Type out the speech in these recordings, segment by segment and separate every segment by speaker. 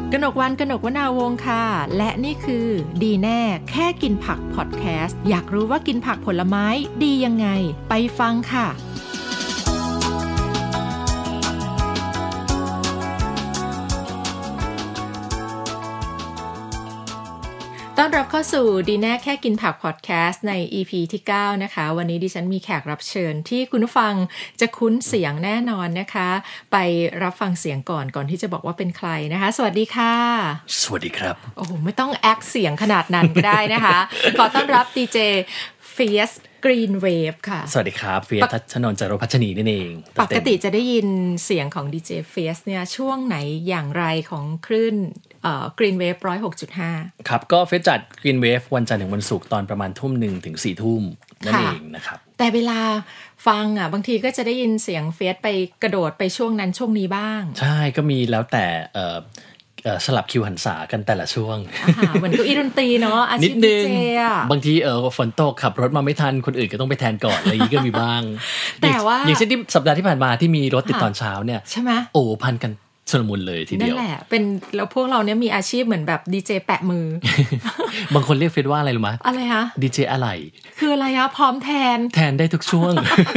Speaker 1: กนกวรรณ กนกวนาวงศ์ค่ะและนี่คือดีแน่แค่กินผักพอดแคสต์อยากรู้ว่ากินผักผลไม้ดียังไงไปฟังค่ะต้อนรับเข้าสู่ดีแน่แค่กินผักพอดแคสต์ใน EP ที่ 9 นะคะวันนี้ดิฉันมีแขกรับเชิญที่คุณผู้ฟังจะคุ้นเสียงแน่นอนนะคะไปรับฟังเสียงก่อนที่จะบอกว่าเป็นใครนะคะสวัสดีค่ะ
Speaker 2: สวัสดีครับ
Speaker 1: โอ้โหไม่ต้องแอคเสียงขนาดนั้นก็ได้นะคะ ขอต้อนรับดีเจเฟียสกรีนเวฟค่ะ
Speaker 2: สวัสดีครับเฟียสทัชนนท์จารพัชนีนั่นเอง
Speaker 1: ปกติจะได้ยินเสียงของดีเจเฟียสเนี่ยช่วงไหนอย่างไรของคลื่นGreen Wave 106.5
Speaker 2: ครับก็เฟซจัด Green Wave วันจันทร์ถึงวันศุกร์ตอนประมาณ 1:00 ถึง 4:00 นนั่นเองนะครับ
Speaker 1: แต่เวลาฟังบางทีก็จะได้ยินเสียงเฟซไปกระโดดไปช่วงนั้นช่วงนี้บ้าง
Speaker 2: ใช่ก็มีแล้วแต่สลับคิวหันษากันแต่ละช่วง
Speaker 1: เหมือนเก้าอี้ดนตรีเนาะอาชีพดีเจ
Speaker 2: บางทีฝนตกขับรถมาไม่ทันคนอื่นก็ต้องไปแทนก่อนอะไรอย่างนี้ก็มีบ้าง
Speaker 1: แต่ว่า
Speaker 2: อย่างเช่นที่สัปดาห์ที่ผ่านมาที่มีรถติดตอนเช้าเนี่ย
Speaker 1: ใช่ไหม
Speaker 2: โอ้พันกันสนมุนเลยทีเดียว
Speaker 1: นั่นแหละเป็นแล้วพวกเราเนี่ยมีอาชีพเหมือนแบบดีเจแปะมือ
Speaker 2: บางคนเรียกเฟซว่าอะไรรู้ไหม
Speaker 1: อะไรคะ
Speaker 2: ดีเจอะไร
Speaker 1: คืออะไรคะพร้อมแทน
Speaker 2: ได้ทุกช่วง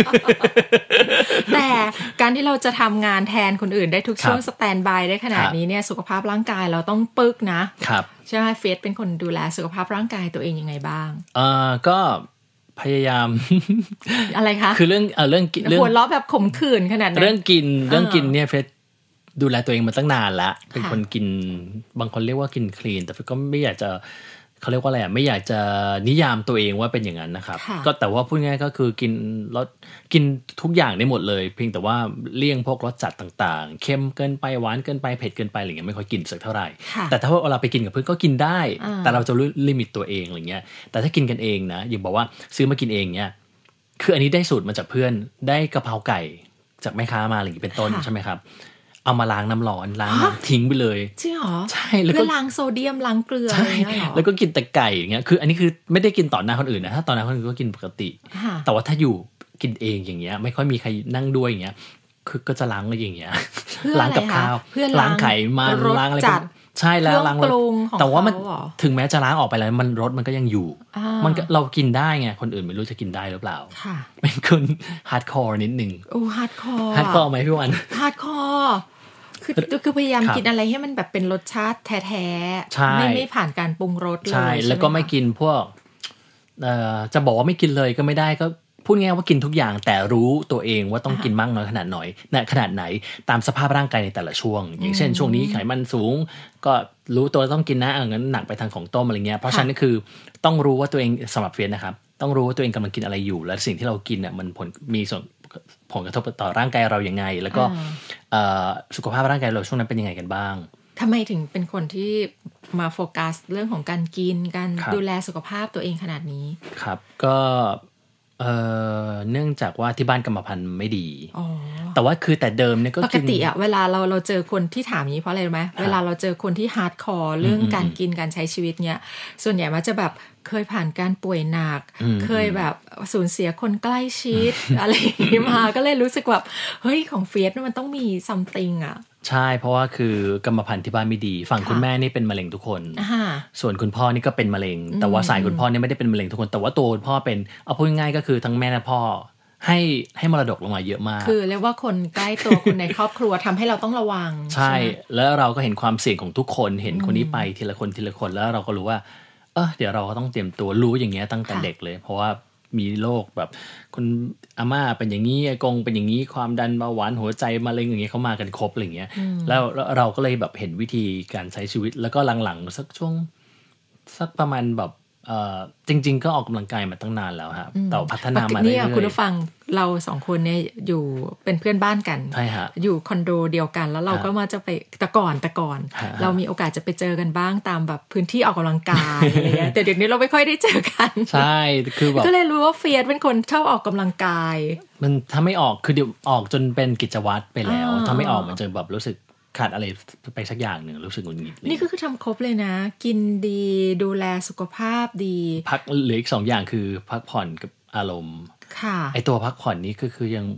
Speaker 1: แต่การที่เราจะทำงานแทนคนอื่นได้ทุกช่วงสแตนด์บายได้ขนาดนี้เนี่ยสุขภาพร่างกายเราต้องปึกนะครับใช่ไหมเฟซเป็นคนดูแลสุขภาพร่างกายตัวเองยังไงบ้าง
Speaker 2: ก็พยายาม
Speaker 1: อะไรคะ
Speaker 2: คือเรื่องกิน
Speaker 1: หัวเราะแบบขมขื่นขนาดนั้น
Speaker 2: เรื่องกินเนี่ยเฟซดูแลตัวเองมาตั้งนานละเป็นคนกินบางคนเรียกว่ากินคลีนแต่ก็ไม่อยากจะเขาเรียกว่าอะไรไม่อยากจะนิยามตัวเองว่าเป็นอย่างนั้นนะครับก็แต่ว่าพูดง่ายก็คือกินทุกอย่างได้หมดเลยเพียงแต่ว่าเลี่ยงพวกรสจัดต่างๆเค็มเกินไปหวานเกินไปเผ็ดเกินไปอะไรเงี้ยไม่ค่อยกินสักเท่าไหร่แต่ถ้าเราไปกินกับเพื่อนก็กินได้แต่เราจะลิมิตตัวเองอะไรเงี้ยแต่ถ้ากินกันเองนะอย่างบอกว่าซื้อมากินเองเนี่ยคืออันนี้ได้สูตรมาจากเพื่อนได้กะเพราไก่จากแม่ค้ามาอะไรอย่างนี้เป็นต้นใช่ไหมครับเอามาล้างน้ำร้อนล้างทิ้งไปเลย
Speaker 1: จริงเหรอ
Speaker 2: ใช่แล้วก็
Speaker 1: ล้างโซเดียมล้างเกลืออะไรอย่างเงี้ยหรอ
Speaker 2: แล้วก็กินแต่ไก่อย่างเงี้ยคืออันนี้คือไม่ได้กินต่อหน้าคนอื่นนะถ้าต่อหน้าคนอื่นก็กินปกติแต่ว่าถ้าอยู่กินเองอย่างเงี้ยไม่ค่อยมีใครนั่งด้วยอย่างเงี้ยคือก็จะล้างอะไรอย่างเงี้ยล้างกับข้าวล้างไข่มันล้างอะไรใช่แล้วล้างแต่ว่ามันถึงแม้จะล้างออกไปแล้วมันรสมันก็ยังอยู่มันเรากินได้ไงคนอื่นไม่รู้จะกินได้หรือเปล่าเป็นคนฮาร์ดคอร์นิดนึง
Speaker 1: โอ้ฮาร์ดคอร์
Speaker 2: ไหมพี่วัน
Speaker 1: ฮาร์ดคอร์คือพยายามกินอะไรให้มันแบบเป็นรสชาติแท้ๆไม่ผ่านการปรุงรสเลย
Speaker 2: ใช่แล้วก็ไม่กินพวกจะบอกว่าไม่กินเลยก็ไม่ได้ก็พูดง่ายๆว่ากินทุกอย่างแต่รู้ตัวเองว่าต้องกินมากน้อยขนาดไหนตามสภาพร่างกายในแต่ละช่วงอย่างเช่นช่วงนี้ไขมันสูงก็รู้ตัวต้องกินนะงั้นหนักไปทางของต้มอะไรเงี้ยเพราะฉะนั้นคือต้องรู้ว่าตัวเองสำหรับเฟียสนะครับต้องรู้ว่าตัวเองกำลังกินอะไรอยู่และสิ่งที่เรากินเนี่ยมันมีผลกระทบต่อร่างกายเราอย่างไงแล้วก็สุขภาพร่างกายเราช่วงนั้นเป็นยังไงกันบ้าง
Speaker 1: ทำไมถึงเป็นคนที่มาโฟกัสเรื่องของการกินการดูแลสุขภาพตัวเองขนาดนี้
Speaker 2: ครับก็เนื่องจากว่าที่บ้านกรรมพันธุ์ไม่ดีแต่ว่าคือแต่เดิมเนี่ยก็
Speaker 1: ปกติเวลาเราเจอคนที่ถามนี้เพราะอะไรรู้ไหมเวลาเราเจอคนที่ฮาร์ดคอร์เรื่องการกินการใช้ชีวิตเนี่ยส่วนใหญ่มันจะแบบเคยผ่านการป่วยหนักเคยแบบสูญเสียคนใกล้ชิด อะไรอย่างนี้มาก็เลยรู้สึกแบบเฮ้ยของเฟียสมันต้องมี something
Speaker 2: ใช่เพราะว่าคือกรรมพันธุ์ที่บ้านไม่ดีฝั่งคุณแม่นี่เป็นมะเร็งทุกคนส่วนคุณพ่อนี่ก็เป็นมะเร็งแต่ว่าสายคุณพ่อนี่ไม่ได้เป็นมะเร็งทุกคนแต่ว่าตัวคุณพ่อเป็นเอาพูดง่ายๆก็คือทั้งแม่และพ่อให้มรดกลงมาเยอะมาก
Speaker 1: คือเรียกว่าคนใกล้ตัวคนในครอบครัวทำให้เราต้องระวัง
Speaker 2: ใช่แล้วเราก็เห็นความเสี่ยงของทุกคนเห็นคนนี้ไปทีละคนแล้วเราก็รู้ว่าเดี๋ยวเราก็ต้องเตรียมตัวรู้อย่างเงี้ยตั้งแต่เด็กเลยเพราะว่ามีโรคแบบคุณอาม่าเป็นอย่างนี้อากงเป็นอย่างนี้ความดันเบาหวานหัวใจมะเร็งอย่างเงี้ยเขามากันครบอะไรอย่างเงี้ยแล้วเราก็เลยแบบเห็นวิธีการใช้ชีวิตแล้วก็หลังๆสักประมาณแบบจริงๆก็ออกกำลังกายมาตั้งนานแล้วครับแต่พัฒนามาเรื่อยๆ
Speaker 1: คุณผู้ฟังเรา2คนเนี่ยอยู่เป็นเพื่อนบ้านกัน
Speaker 2: ใช่ฮะ
Speaker 1: อยู่คอนโดเดียวกันแล้วเราก็มาจะไปแต่ก่อนเรามีโอกาสจะไปเจอกันบ้างตามแบบพื้นที่ออกกำลังกายอะไรเงี้ยแต่เดี๋ยวนี้เราไม่ค่อยได้เจอกัน
Speaker 2: ใช่คือแบบ
Speaker 1: ก็เลยรู้ว่าเฟียสเป็นคนชอบออกกำลังกาย
Speaker 2: มันถ้าไม่ออกคือเดี๋ยวออกจนเป็นกิจวัตรไปแล้วถ้าไม่ออกมันจะแบบรู้สึกขาดอะไรไปสักอย่างหนึ่งรู้สึกหงุดหงิด
Speaker 1: นี่คือทำครบเลยนะกินดีดูแลสุขภาพดี
Speaker 2: พักเหลืออีก2อย่างคือพักผ่อนกับอารมณ์
Speaker 1: ค่ะ
Speaker 2: ไอตัวพักผ่อนนี้คือยัง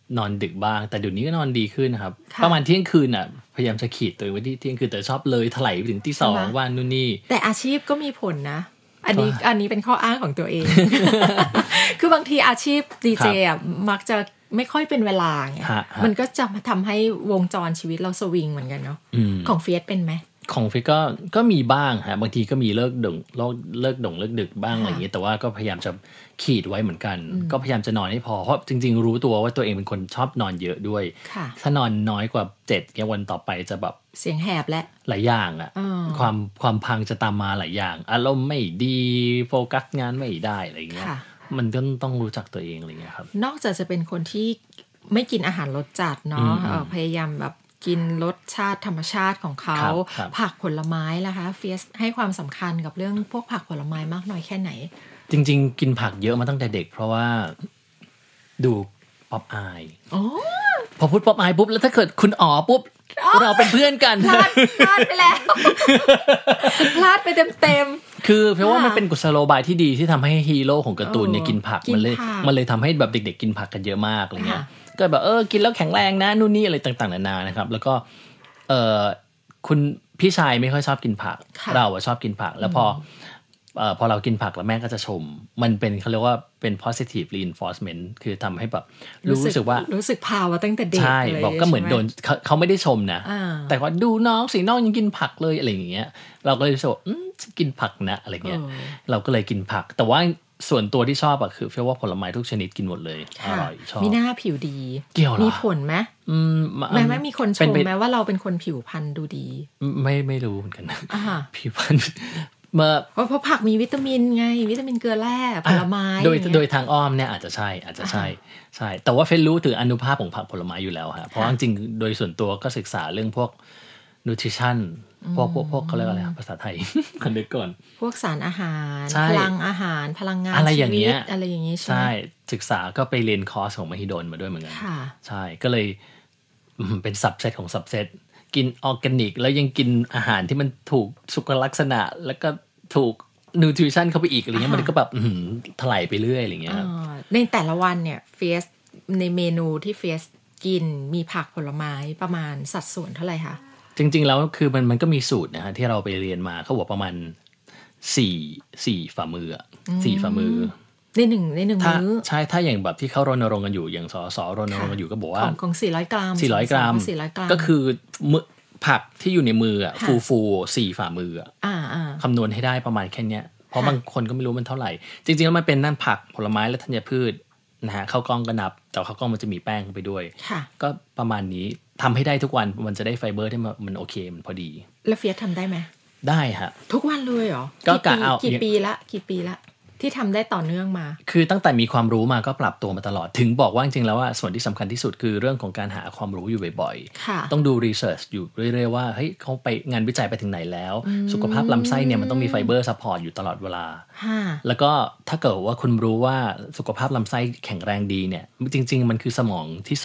Speaker 2: นอนดึกบ้างแต่เดี๋ยวนี้ก็นอนดีขึ้นนะครับประมาณเที่ยงคืนอ่ะพยายามจะขีดตัวเองไว้ที่เที่ยงคืนแต่ชอบเลยถลายไปถึงที่ 2 วันนู่นนี่
Speaker 1: แต่อาชีพก็มีผลนะอันนี้เป็นข้ออ้างของตัวเอง คือบางทีอาชีพดีเจอ่ะมักจะไม่ค่อยเป็นเวลาไงมันก็จะทำให้วงจรชีวิตเราสวิงเหมือนกันเนาะของเฟียสเป็นไหม
Speaker 2: ของเฟียสก็มีบ้างฮะบางทีก็มีเลิกดึกบ้างอะไรอย่างเงี้ยแต่ว่าก็พยายามจะขีดไว้เหมือนกันก็พยายามจะนอนให้พอเพราะจริงๆรู้ตัวว่าตัวเองเป็นคนชอบนอนเยอะด้วยถ้านอนน้อยกว่า7เนี่ยวันต่อไปจะแบบ
Speaker 1: เสียงแหบและ
Speaker 2: หลายอย่างอ่ะความพังจะตามมาหลายอย่างอารมณ์ไม่ดีโฟกัสงานไม่ได้อะไรอย่างเงี้ยมันก็ต้องรู้จักตัวเองอะไรเงี้ยครับ
Speaker 1: นอกจากจะเป็นคนที่ไม่กินอาหารรสจัดเนาะพยายามแบบกินรสชาติธรรมชาติของเขาผักผลไม้ล่ะคะเฟียสให้ความสำคัญกับเรื่องพวกผักผลไม้มากน้อยแค่ไหน
Speaker 2: จริงๆกินผักเยอะมาตั้งแต่เด็กเพราะว่าดูป๊อปอายพอพูดป๊อปอายปุ๊บแล้วถ้าเกิดคุณอ๋อปุ๊บเราเป็นเพื่อนกัน
Speaker 1: พลาดไปแล้วพลาดไปเต็ม
Speaker 2: คือเพราะว่ามันเป็นกุศโลบายที่ดีที่ทำให้ฮีโร่ของการ์ตูนเนี่ยกินผักมันเลยทำให้แบบเด็กๆกินผักกันเยอะมากอะไรเงี้ยก็แบบกินแล้วแข็งแรงนะนู่นนี่อะไรต่างๆนานานะครับแล้วก็คุณพี่ชายไม่ค่อยชอบกินผักเราชอบกินผักแล้วพอเรากินผักแล้วแม่ก็จะชมมันเป็นเขาเรียกว่าเป็น positive reinforcement คือทำให้แบบรู้สึกว่า
Speaker 1: รู้สึกพาวตั้งแต่เด็ก
Speaker 2: ใช่บอกก็เหมือนโดนเขาไม่ได้ชมนะแต่ว่าดูน้องสิน้องยังกินผักเลยอะไรอย่างเงี้ยเราก็เลยรู้สึกกินผักนะอะไรเงี้ยเราก็เลยกินผักแต่ว่าส่วนตัวที่ชอบอะคือเฟี้ยวว่าผลไม้ทุกชนิดกินหมดเลยอร่อยชอบ
Speaker 1: มีหน้าผิวดี
Speaker 2: เกี่ยวหรอ
Speaker 1: มีผลไหมไม่มีคนชมไหมว่าเราเป็นคนผิวพรรณดูดี
Speaker 2: ไม่รู้เหมือนกันผิวพรรณ
Speaker 1: เพราะผักมีวิตามินไงวิตามินเกลือแร่ผลไม้
Speaker 2: โดยทางอ้อมเนี่ยอาจจะใช่แต่ว่าเฟนรู้ถึงอานุภาพของผักผลไม้อยู่แล้วฮะเพราะจริงๆโดยส่วนตัวก็ศึกษาเรื่องพวกnutrition พวกเขาเรียกอะไรภาษาไทยคนนึกก่อน
Speaker 1: พวกสารอาหารพลังอาหารพลังงาน
Speaker 2: อะไรอย่างเงี้ย
Speaker 1: อะไรอย่างงี้ใช่
Speaker 2: ใช่ศึกษาก็ไปเรียนคอร์สของมหิดลมาด้วยเหมือนกันใช่ก็เลยเป็นซับเซตของซับเซตกินออร์แกนิกแล้วยังกินอาหารที่มันถูกสุขลักษณะแล้วก็ถูกนิวทริชั่นเข้าไปอีกอะไรเงี้ยมันก็แบบถลายไปเรื่อยอะไรเงี้ย
Speaker 1: ในแต่ละวันเนี่ยเฟียสในเมนูที่เฟียสกินมีผักผลไม้ประมาณสัดส่วนเท่าไหร่คะ
Speaker 2: จริงๆแล้วคือมันก็มีสูตรนะฮะที่เราไปเรียนมาเขาบอกประมาณ4ฝ่ามือ4ฝ่ามือ
Speaker 1: ในหนึ่งมื้อ
Speaker 2: ใช่ถ้าอย่างแบบที่เขารณรงค์กันอยู่อย่างสรณรงค์กันอยู่ก็บอกว่า
Speaker 1: ของ400 กรัม
Speaker 2: ก็คือผักที่อยู่ในมือฟู4ฝ่ามือคำนวณให้ได้ประมาณแค่นี้เพราะบางคนก็ไม่รู้มันเท่าไหร่จริงๆแล้วมันเป็นนั่นผักผลไม้และธัญพืชนะฮะข้าวกล้องก็นับแต่ข้าวกล้องมันจะมีแป้งไปด้วยก็ประมาณนี้ทำให้ได้ทุกวันมันจะได้ไฟเบอร์ที่มันโอเคมันพอดี
Speaker 1: แล้วเฟียสทำได้ไหม
Speaker 2: ได้ฮะ
Speaker 1: ทุกวันเลยเหรอ
Speaker 2: ก็กะเอา
Speaker 1: กี่ปีละที่ทำได้ต่อเนื่องมา
Speaker 2: คือตั้งแต่มีความรู้มาก็ปรับตัวมาตลอดถึงบอกว่าจริงๆแล้วว่าส่วนที่สำคัญที่สุดคือเรื่องของการหาความรู้อยู่บ่อยๆต้องดูรีเสิร์ชอยู่เรื่อยๆว่าเฮ้ยเขาไปงานวิจัยไปถึงไหนแล้วสุขภาพลำไส้เนี่ยมันต้องมีไฟเบอร์ซัพพอร์ตอยู่ตลอดเวลาแล้วก็ถ้าเกิดว่าคุณรู้ว่าสุขภาพลำไส้แข็งแรงดีเนี่ยจริงๆมันคือสมองที่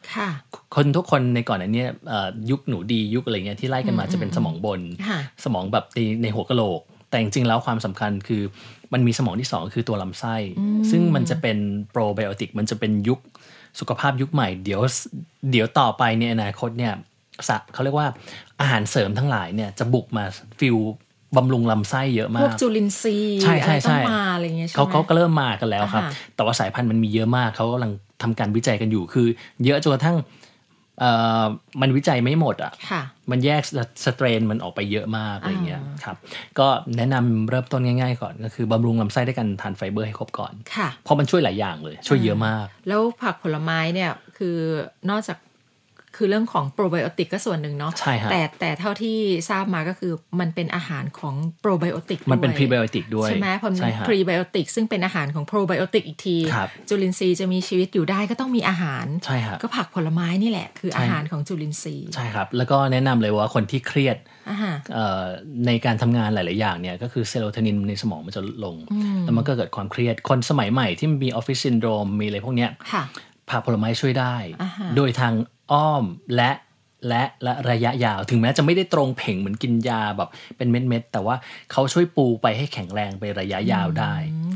Speaker 2: 2คนทุกคนในก่อนอันนี้ยุคหนูดียุคอะไรเงี้ยที่ไล่กันมาจะเป็นสมองบนสมองแบบในหัวกะโหลกแต่จริงๆแล้วความสำคัญคือมันมีสมองที่2คือตัวลำไส้ซึ่งมันจะเป็นโปรไบโอติกมันจะเป็นยุคสุขภาพยุคใหม่เดี๋ยวต่อไปในอนาคตเนี่ยเขาเรียกว่าอาหารเสริมทั้งหลายเนี่ยจะบุกมาฟิลบำรุงลำไส้เยอะมากพว
Speaker 1: กจุลินทรีย์ต้องมาอะไรเงี้ย
Speaker 2: เขาก็เริ่มมากันแล้วครับแต่ว่าสายพันธุ์มันมีเยอะมากเขากำลังทำการวิจัยกันอยู่คือเยอะจนกระทั่งมันวิจัยไม่หมดอ่ะมันแยกสเตรนมันออกไปเยอะมากอะไรเงี้ยครับก็แนะนำเริ่มต้นง่ายๆก่อนก็คือบำรุงลำไส้ด้วยการทานไฟเบอร์ให้ครบก่อนเพราะมันช่วยหลายอย่างเลยช่วยเยอะมาก
Speaker 1: แล้วผักผลไม้เนี่ยคือนอกจากคือเรื่องของโปรไบโอติกก็ส่วนหนึ่งเนาะแต่เท่าที่ทราบมาก็คือมันเป็นอาหารของโปรไบโอติก
Speaker 2: มันเป็นพรีไบโอติกด้วย
Speaker 1: ใช่ไหมพอมันพรีไบโอติกซึ่งเป็นอาหารของโปรไบโอติกอีกทีจุลินทรีย์จะมีชีวิตอยู่ได้ก็ต้องมีอาหารก็ผักผลไม้นี่แหละคืออาหารของจุลินทรีย์
Speaker 2: ใช่ครับแล้วก็แนะนำเลยว่าคนที่เครียดในการทำงานหลายๆอย่างเนี่ยก็คือเซโรโทนินในสมองมันจะลงแล้วมันก็เกิดความเครียดคนสมัยใหม่ที่มีออฟฟิศซินโดรมมีอะไรพวกเนี้ยผักผลไม้ช่วยได้โดยทางอ้อมและระยะยาวถึงแม้จะไม่ได้ตรงเพ่งเหมือนกินยาแบบเป็นเม็ดๆแต่ว่าเขาช่วยปูไปให้แข็งแรงไประยะยาวได้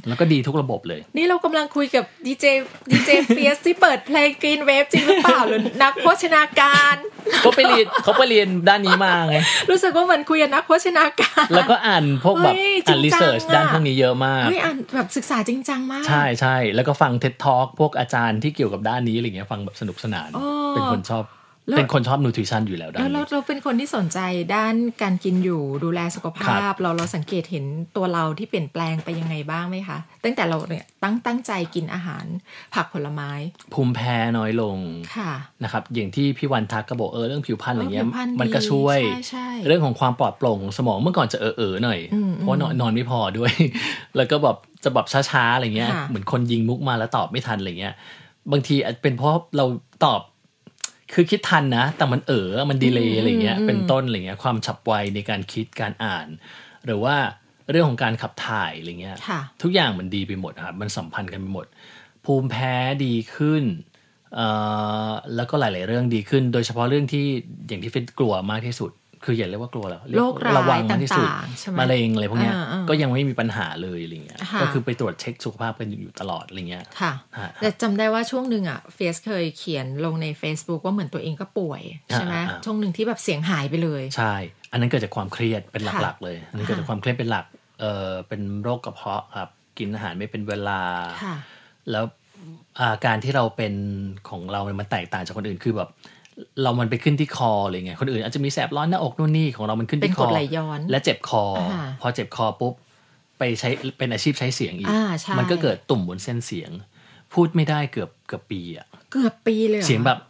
Speaker 2: แล้วก็ดีทุกระบบเลย
Speaker 1: นี่เรากำลังคุยกับดีเจเฟียสที่เปิดเพลง Green Wave จริงหรือเปล่าหรือนักโภชนาการ
Speaker 2: เขาไปเรียนด้านนี้มาไง
Speaker 1: รู้สึกว่าเหมือนคุยกับนักโภชนาการ
Speaker 2: แล้วก็อ่านพวกแบบอ่านรีเสิร์ชด้านพวกนี้เยอะมาก
Speaker 1: อ่านแบบศึกษาจริงจังมาก
Speaker 2: ใช่ๆแล้วก็ฟัง TED Talk พวกอาจารย์ที่เกี่ยวกับด้านนี้อะไรเงี้ยฟังแบบสนุกสนานเป็นคนชอบนูทริชั่นอยู่แล้ว
Speaker 1: แล้วเราเป็นคนที่สนใจด้านการกินอยู่ดูแลสุขภาพเราสังเกตเห็นตัวเราที่เปลี่ยนแปลงไปยังไงบ้างไหมคะตั้งแต่เราเนี่ยตั้งใจกินอาหารผักผลไม้
Speaker 2: ภูมิแพ้น้อยลงนะครับอย่างที่พี่วันทักก็บอกเรื่องผิวพรรณอะไรเงี้ยมันก็ช่วยเรื่องของความปลอดโปร่งสมองเมื่อก่อนจะหน่อยเพราะนอนไม่พอด้วย แล้วก็แบบจะแบบช้าๆอะไรเงี้ยเหมือนคนยิงมุกมาแล้วตอบไม่ทันอะไรเงี้ยบางทีเป็นเพราะเราตอบคือคิดทันนะแต่มันมันดีเลย์อะไรเงี้ยเป็นต้นอะไรเงี้ยความฉับไวในการคิดการอ่านหรือว่าเรื่องของการขับถ่ายอะไรเงี้ยทุกอย่างมันดีไปหมดครับมันสัมพันธ์กันไปหมดภูมิแพ้ดีขึ้นแล้วก็หลายๆเรื่องดีขึ้นโดยเฉพาะเรื่องที่อย่างที่เฟซกลัวมากที่สุดคืออย่าเรียกว่ากลัวแล้ว
Speaker 1: โรคร้าย
Speaker 2: มากที่สุดมะเร็งอะไรพวกเนี้ยก็ยังไม่มีปัญหาเลยอะไรเงี้ยก็คือไปตรวจเช็คสุขภาพกันอยู่ตลอดอะไรเงี้ย
Speaker 1: ค่ะแต่จำได้ว่าช่วงนึงอ่ะเฟซเคยเขียนลงใน Facebook ว่าเหมือนตัวเองก็ป่วยใช่ไหมช่วงนึงที่แบบเสียงหายไปเลย
Speaker 2: ใช่อันนั้นเกิดจากความเครียดเป็นหลักๆเลยอันนั้นเกิดจากความเครียดเป็นหลักเป็นโรคกระเพาะครับกินอาหารไม่เป็นเวลาแล้วอาการที่เราเป็นของเรามันแตกต่างจากคนอื่นคือแบบมันไปขึ้นที่คออะไรเงี้ยคนอื่นอาจจะมีแสบร้อนหน้าอกนู่นนี่ของเรามันขึ้นที่คอและเจ็บคอพอเจ็บคอปุ๊บไปใช้เป็นอาชีพใช้เสียงอีกมันก็เกิดตุ่มบนเส้นเสียงพูดไม่ได้เกือบปีอ่ะ
Speaker 1: เกือบปีเลย
Speaker 2: เสียงแบบ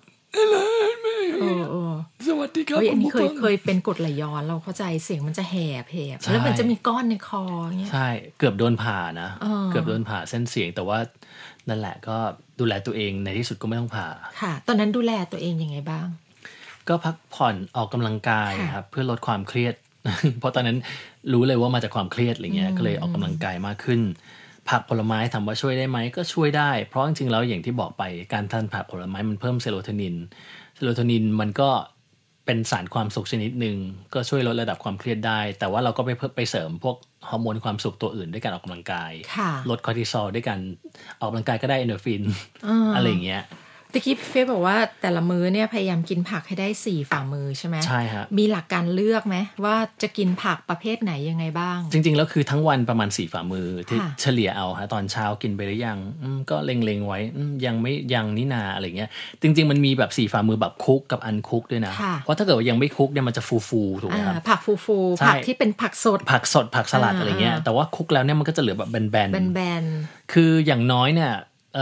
Speaker 1: สวัสดีครับอันนี้เคยเป็นกรดไหลย้อนเราเข้าใจเสียงมันจะแหบแล้วมันจะมีก้อนในคอเงี้ย
Speaker 2: ใช่เกือบโดนผ่านะเกือบโดนผ่าเส้นเสียงแต่ว่านั่นแหละก็ดูแลตัวเองในที่สุดก็ไม่ต้องผ่า
Speaker 1: ค่ะตอนนั้นดูแลตัวเองยังไงบ้าง
Speaker 2: ก็พักผ่อนออกกำลังกายครับเพื่อลดความเครียด เพราะตอนนั้นรู้เลยว่ามาจากความเครียดอะไรเงี้ยก็เลยออกกำลังกายมากขึ้นผักผลไม้ถามว่าช่วยได้ไหมก็ช่วยได้เพราะจริงๆแล้วอย่างที่บอกไปการทานผักผลไม้มันเพิ่มเซโรโทนินมันก็เป็นสารความสุขชนิดนึงก็ช่วยลดระดับความเครียดได้แต่ว่าเราก็ไปเสริมพวกฮอร์โมนความสุขตัวอื่นด้วยการออกกำลังกายลดคอร์ติซอลด้วยการออกกำลังกายก็ได้เอนโดรฟินอะไรอย่างเงี้ย
Speaker 1: ตะกี้เฟซบอกว่าแต่ละมื้อเนี่ยพยายามกินผักให้ได้4ฝ่ามือใช่ไหม
Speaker 2: ใช่ฮะ
Speaker 1: มีหลักการเลือกไหมว่าจะกินผักประเภทไหนยังไงบ้าง
Speaker 2: จริงๆแล้วคือทั้งวันประมาณ4ฝ่ามือที่เฉลี่ยเอาฮะตอนเช้ากินไปหรือยังก็เล็งๆไว้ยังนี่นาอะไรเงี้ยจริงๆมันมีแบบ4ฝ่ามือแบบคุกกับอันคุกด้วยนะเพราะถ้าเกิดว่ายังไม่คุกเนี่ยมันจะฟูๆถูกไหมครับ
Speaker 1: ผักฟูๆผักที่เป็นผักสด
Speaker 2: ผักสลัดอะไรเงี้ยแต่ว่าคุกแล้วเนี่ยมันก็จะเหลือแบบแบนคืออย่างน้อยเนี่ย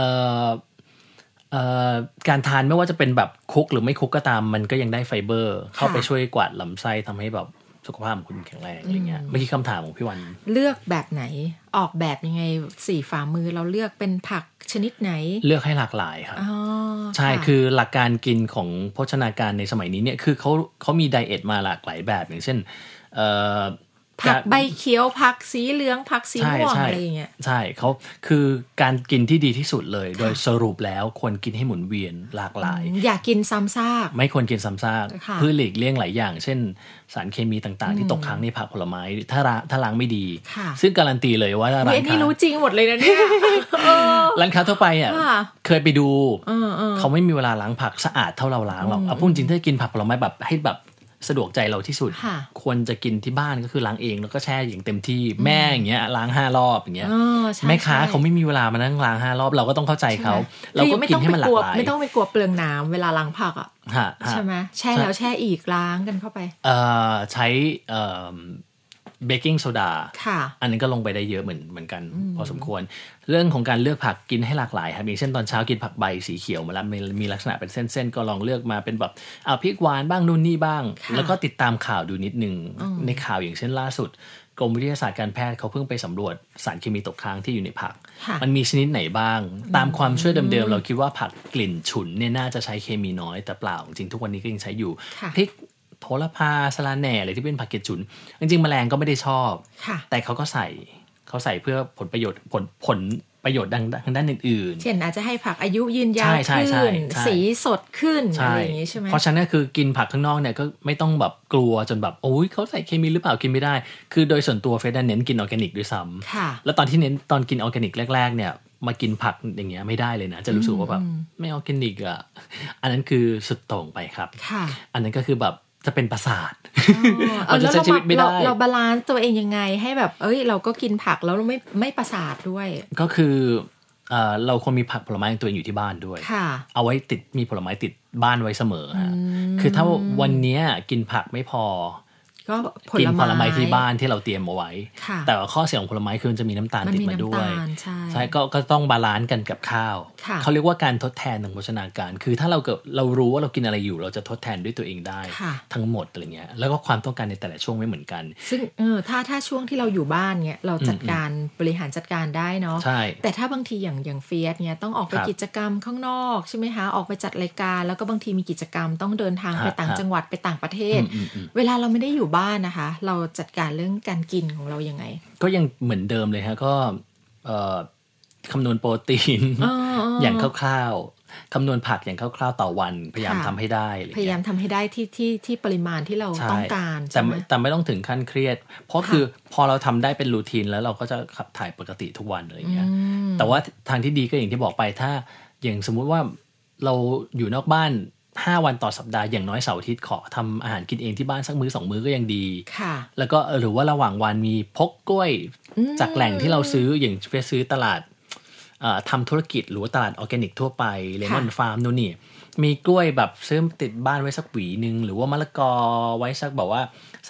Speaker 2: การทานไม่ว่าจะเป็นแบบคุกหรือไม่คุกก็ตามมันก็ยังได้ไฟเบอร์เข้าไปช่วยกวาดลำไส้ทำให้แบบสุขภาพของคุณแข็งแรงอะไรเงี้ยเมื่อกี้คำถามของพี่วัน
Speaker 1: เลือกแบบไหนออกแบบยังไง4ฝ่ามือเราเลือกเป็นผักชนิดไหน
Speaker 2: เลือกให้หลากหลายครับใช่คือหลักการกินของโภชนาการในสมัยนี้เนี่ยคือเขามีไดเอทมาหลากหลายแบบอย่างเช่น
Speaker 1: ผักใบเขียวผักสีเหลืองผักสีม่วงอะไรอย่างเงี้ย
Speaker 2: ใช่เขาคือการกินที่ดีที่สุดเลยโดยสรุปแล้วควรกินให้หมุนเวียนหลากหลาย
Speaker 1: อย่ากินซ้ำซาก
Speaker 2: ไม่ควรกินซ้ำซากเพื่อหลีกเลี่ยงหลายอย่างเช่นสารเคมีต่างๆที่ตกค้างในผักผลไม้ถ้าล้างไม่ดีซึ่งการันตีเลยว่าร้านค้า
Speaker 1: นี่รู้จริงหมดเลยนะเนี่ย
Speaker 2: ร้านค้าทั่วไปอ่ะเคยไปดูเขาไม่มีเวลาล้างผักสะอาดเท่าเราล้างหรอกเอาพูดจริงถ้ากินผักผลไม้แบบให้แบบสะดวกใจเราที่สุดควรจะกินที่บ้านก็คือล้างเองแล้วก็แช่อย่างเต็มที่แม่อย่างเงี้ยล้าง5รอบอย่างเงี้ยแม่ค้าเขาไม่มีเวลามานั่งล้าง5รอบเราก็ต้องเข้าใจเขาเราก็กินให้มันหลากหลาย
Speaker 1: ไม่ต้องไปกลัวเปลืองน้ำเวลาล้างผักอ่ะใช่ไหมแช่แล้วแช่อีกล้างกันเข้าไป
Speaker 2: ใช้เบกกิ้งโซดาอันนี้ก็ลงไปได้เยอะเหมือนกันพอสมควรเรื่องของการเลือกผักกินให้หลากหลายครับอย่างเช่นตอนเช้ากินผักใบสีเขียวมาแล้วมีลักษณะเป็นเส้นๆก็ลองเลือกมาเป็นแบบพริกหวานบ้างนู่นนี่บ้างแล้วก็ติดตามข่าวดูนิดนึงในข่าวอย่างเช่นล่าสุดกรมวิทยาศาสตร์การแพทย์เขาเพิ่งไปสำรวจสารเคมีตกค้างที่อยู่ในผักมันมีชนิดไหนบ้างตามความเชื่อเดิมๆเราคิดว่าผักกลิ่นฉุนเนี่ยน่าจะใช้เคมีน้อยแต่เปล่าจริงทุกวันนี้ก็ยังใช้อยู่พริกโหระพาสะระแหน่อะไรที่เป็นผักเกจฉุนจริงๆแมลงก็ไม่ได้ชอบแต่เขาใส่เพื่อผลประโยชน์ผลประโยชน์ทางด้านอื่นๆ
Speaker 1: เช่นอาจจะให้ผักอายุยืนยาวขึ้นสีสดขึ้นอะไรอย่างงี้ใช่ไหม
Speaker 2: เพราะฉะนั้นคือกินผักข้างนอกเนี่ยก็ไม่ต้องแบบกลัวจนแบบโอ้ยเขาใส่เคมีหรือเปล่ากินไม่ได้คือโดยส่วนตัวเฟซเน้นกินออร์แกนิกด้วยซ้ำแล้วตอนที่เน้นตอนกินออร์แกนิกแรกๆเนี่ยมากินผักอย่างเงี้ยไม่ได้เลยนะจะรู้สึกว่าแบบไม่ออร์แกนิกอ่ะอันนั้นคือสุดโต่งไปครับอันนั้นก็คือแบบจะเป็นประสาท
Speaker 1: เราจะใช้ชีวิตไม่ได้เราบาลานซ์ตัวเองยังไงให้แบบเราก็กินผักแล้วเราไม่ประสาทด้วย
Speaker 2: ก็คือเราควรมีผักผลไม้ตัวเองอยู่ที่บ้านด้วยเอาไว้ติดมีผลไม้ติดบ้านไว้เสมอฮะคือถ้าวันนี้กินผักไม่พอ
Speaker 1: ก็
Speaker 2: กินผลไม้ที่บ้านที่เราเตรียมเอาไว้แต่ว่าข้อเสียของผลไม้คือมันจะมีน้ำตาลติดมาด้วยใช่ก็ต้องบาลานซ์กันกับข้าวเขาเรียกว่าการทดแทนทางโภชนาการคือถ้าเรารู้ว่าเรากินอะไรอยู่เราจะทดแทนด้วยตัวเองได้ทั้งหมดอะไรเงี้ยแล้วก็ความต้องการในแต่ละช่วงไม่เหมือนกัน
Speaker 1: ซึ่งถ้าช่วงที่เราอยู่บ้านเงี้ยเราจัดการบริหารจัดการได้เนาะแต่ถ้าบางทีอย่างเฟียสเนี่ยต้องออกไปกิจกรรมข้างนอกใช่ไหมคะออกไปจัดรายการแล้วก็บางทีมีกิจกรรมต้องเดินทางไปต่างจังหวัดไปต่างประเทศเวลาเราไม่ได้อยู่บ้านนะคะเราจัดการเรื่องการกินของเรายังไง
Speaker 2: ก็ยังเหมือนเดิมเลยฮะก็คำนวณโปรตีนอย่างคร่าวๆคำนวณผักอย่างคร่าวๆต่อวันพยายามทำให้ได้
Speaker 1: พยายามทำให้ได้ที่ปริมาณที่เราต้องการ
Speaker 2: แต่ไม่ต้องถึงขั้นเครียดเพราะคือพอเราทำได้เป็นรูทีนแล้วเราก็จะขับถ่ายปกติทุกวันอะไรอย่างเงี้ยแต่ว่าทางที่ดีก็อย่างที่บอกไปถ้าอย่างสมมุติว่าเราอยู่นอกบ้าน5 วันต่อสัปดาห์อย่างน้อยเสาร์อาทิตย์ขอทำอาหารกินเองที่บ้านสักมื้อ2 มื้อก็ยังดีแล้วก็หรือว่าระหว่างวันมีพกกล้วยจากแหล่งที่เราซื้ออย่างไปซื้อตลาดทำธุรกิจหรือว่าตลาดออร์แกนิกทั่วไปเลมอนฟาร์มนู่นนี่มีกล้วยแบบซื้อติดบ้านไว้สักหวีนึงหรือว่ามะละกอไว้สักแบบว่า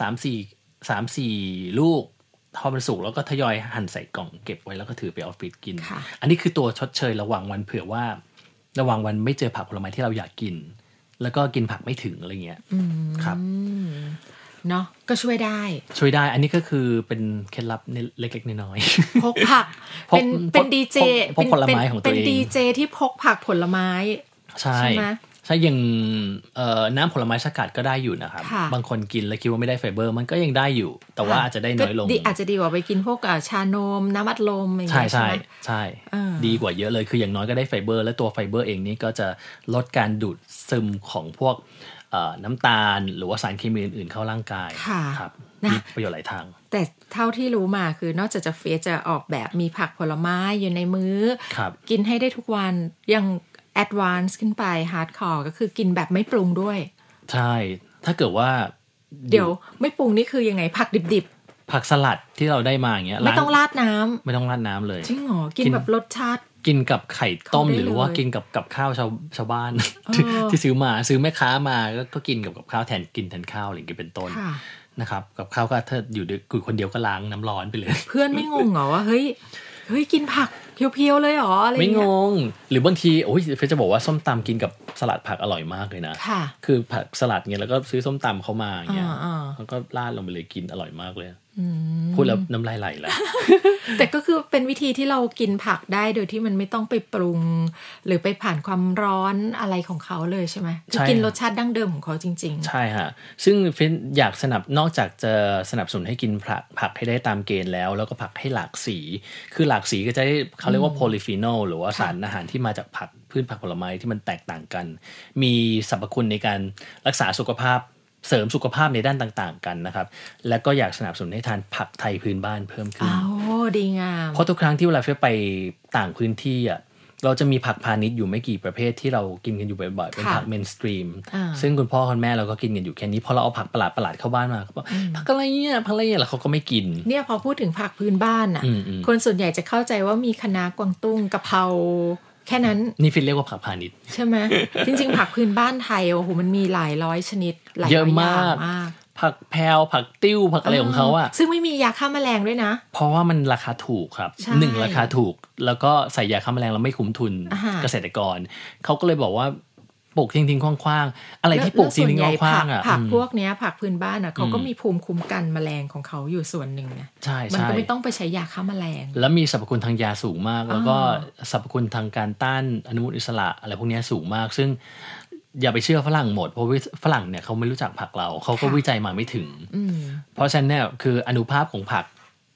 Speaker 2: 3-4 ลูกพอมันสุกแล้วก็ทยอยหั่นใส่กล่องเก็บไว้แล้วก็ถือไปออฟฟิศกินอันนี้คือตัวชดเชยระหว่างวันเผื่อว่าระหว่างวันไม่เจอผักผลไม้ที่เราอยากกินแล้วก็กินผักไม่ถึงอะไรเงี้ยครับ
Speaker 1: เนาะก็ช่วยได้
Speaker 2: อันนี้ก็คือเป็นเคล็ดลับเล็กๆน้อย
Speaker 1: ๆพกผักเป็นดีเจ
Speaker 2: พกผลไม้ของตัวเอง
Speaker 1: เป็นดีเจที่พกผักผลไม้
Speaker 2: ใช่ไหมใช่อย่างน้ำผลไม้สกัดก็ได้อยู่นะครับบางคนกินแล้วคิดว่าไม่ได้ไฟเบอร์มันก็ยังได้อยู่แต่ว่าอาจจะได้น้อยลง
Speaker 1: อาจจะดีกว่าไปกินพวกชานมน้ำอัดลมอะไรอย่างเงี้ย
Speaker 2: ใช่ดีกว่าเยอะเลยคืออย่างน้อยก็ได้ไฟเบอร์และตัวไฟเบอร์เองนี่ก็จะลดการดูดซึมของพวกน้ำตาลหรือว่าสารเคมีอื่นๆเข้าร่างกายครับมีประโยชน์หลายทาง
Speaker 1: แต่เท่าที่รู้มาคือนอกจากเฟียจะออกแบบมีผักผลไม้อยู่ในมื้อกินให้ได้ทุกวันยังadvance ขึ้นไป hardcore ก็คือกินแบบไม่ปรุงด้วย
Speaker 2: ใช่ถ้าเกิดว่า
Speaker 1: เดี๋ยวไม่ปรุงนี่คือยังไงผักดิบ
Speaker 2: ๆผักสลัดที่เราได้มาอย่างเงี้ย
Speaker 1: ไม่ต้องราดน้ำ
Speaker 2: ไม่ต้องราดน้ำเลย
Speaker 1: จริงเหรอกินแบบรสชาติ
Speaker 2: กินกับไข่ต้มหรือว่ากินกับข้าวชาวบ้านที่ซื้อแม่ค้ามาก็กินกับข้าวแทนข้าวอะไรอย่างเงี้ยเป็นต้นนะครับกับข้าวก็ถ้าอยู่คนเดียวก็ล้างน้ำร้อนไปเลย
Speaker 1: เพื่อนไม่งงเหรอว่าเฮ้ยกินผักเพียวๆเลยเหรออะไร
Speaker 2: ไม่งงหรือบางทีโอ้ยเฟซจะบอกว่าส้มตำกินกับสลัดผักอร่อยมากเลยนะคือผักสลัดเงี้ยแล้วก็ซื้อส้มตำเขามาอย่างเงี้ยแล้วก็ราดลงไปเลยกินอร่อยมากเลยพูดแล้วน้ำลายไหลแล้ว
Speaker 1: แต่ก็คือเป็นวิธีที่เรากินผักได้โดยที่มันไม่ต้องไปปรุงหรือไปผ่านความร้อนอะไรของเขาเลยใช่ไหมคือกินรสชาติดั้งเดิมของเขาจริง
Speaker 2: ๆใช่ฮะซึ่งเฟนอยากนอกจากจะสนับสนุนให้กินผักให้ได้ตามเกณฑ์แล้วก็ผักให้หลากสีคือหลากสีก็จะได้เขาเรียกว่าโพลีฟีนอลหรือว่าสารอาหารที่มาจากพืชผักผลไม้ที่มันแตกต่างกันมีสรรพคุณในการรักษาสุขภาพเสริมสุขภาพในด้านต่างๆกันนะครับและก็อยากสนับสนุนให้ทานผักไทยพื้นบ้านเพิ่มขึ้น
Speaker 1: ดีงาม
Speaker 2: เพราะทุกครั้งที่เวลาไปต่างพื้นที่อ่ะเราจะมีผักพาณิชย์อยู่ไม่กี่ประเภทที่เรากินกันอยู่บ่อยๆเป็นผักเมนสตรีมซึ่งคุณพ่อคุณแม่เราก็กินกันอยู่แค่นี้พอเราเอาผักประหลาดๆเข้าบ้านมาเขาบอกผักอะไรเนี่ยแล้วเขาก็ไม่กิน
Speaker 1: เนี่ยพอพูดถึงผักพื้นบ้านอ่ะคนส่วนใหญ่จะเข้าใจว่ามีคะน้ากวางตุ้งกะเพราแค่นั้น
Speaker 2: นี่ฟิลเรียกว่าผักพาณิชย์
Speaker 1: ใช่ไหมจริงๆผักพื้นบ้านไทยโอ้โหมันมีหลายร้อยชนิดหลาย
Speaker 2: เยอะมากผักแพรวผักติ้วผักอะไรของเขาอะ
Speaker 1: ซึ่งไม่มียาฆ่าแมลงด้วยนะ
Speaker 2: เพราะว่ามันราคาถูกครับ1ราคาถูกแล้วก็ใส่ยาฆ่าแมลงแล้วไม่คุ้มทุนเกษตรกรเขาก็เลยบอกว่าปลูกทิ้งๆคว้างๆอะไรที่ปลูกทิ้งๆคว้างๆอ่ะ
Speaker 1: ผักพวกเนี้ยผักพื้นบ้านอ่ะเขาก็มีภูมิคุ้มกันแมลงของเขาอยู่ส่วนหนึ่งนะ
Speaker 2: ใช่
Speaker 1: มันก็ไม่ต้องไปใช้ยาฆ่าแมลง
Speaker 2: แล้วมีสรรพคุณทางยาสูงมากแล้วก็สรรพคุณทางการต้านอนุมูลอิสระอะไรพวกนี้สูงมากซึ่งอย่าไปเชื่อฝรั่งหมดเพราะฝรั่งเนี่ยเขาไม่รู้จักผักเราเขาก็วิจัยมาไม่ถึงเพราะฉะนั้นเนี่ยคืออานุภาพของผัก